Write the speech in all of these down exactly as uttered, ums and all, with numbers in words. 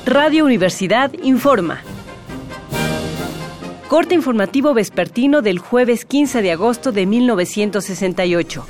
Radio Universidad informa. Corte informativo vespertino del jueves quince de agosto de mil novecientos sesenta y ocho.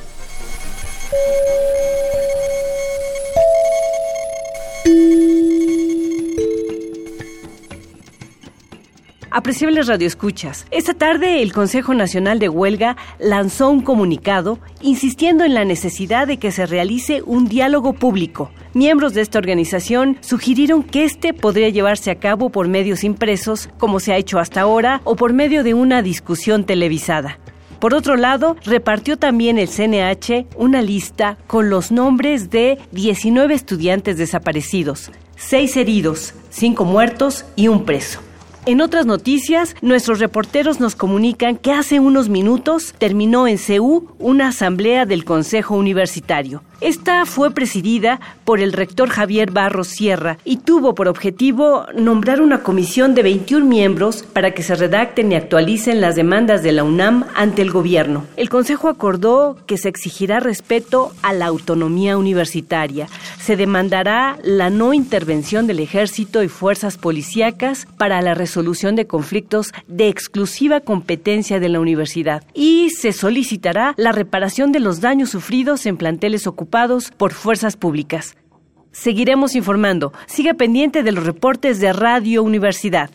Apreciables radioescuchas, esta tarde el Consejo Nacional de Huelga lanzó un comunicado insistiendo en la necesidad de que se realice un diálogo público. Miembros de esta organización sugirieron que este podría llevarse a cabo por medios impresos, como se ha hecho hasta ahora, o por medio de una discusión televisada. Por otro lado, repartió también el C N H una lista con los nombres de diecinueve estudiantes desaparecidos, seis heridos, cinco muertos y un preso. En otras noticias, nuestros reporteros nos comunican que hace unos minutos terminó en C U una asamblea del Consejo Universitario. Esta fue presidida por el rector Javier Barros Sierra y tuvo por objetivo nombrar una comisión de veintiún miembros para que se redacten y actualicen las demandas de la UNAM ante el gobierno. El Consejo acordó que se exigirá respeto a la autonomía universitaria. Se demandará la no intervención del ejército y fuerzas policíacas para la resolución de conflictos de exclusiva competencia de la universidad y se solicitará la reparación de los daños sufridos en planteles ocupados por fuerzas públicas. Seguiremos informando. Siga pendiente de los reportes de Radio Universidad.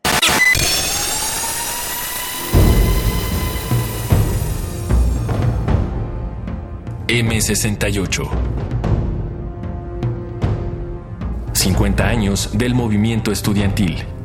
eme sesenta y ocho. cincuenta años del movimiento estudiantil.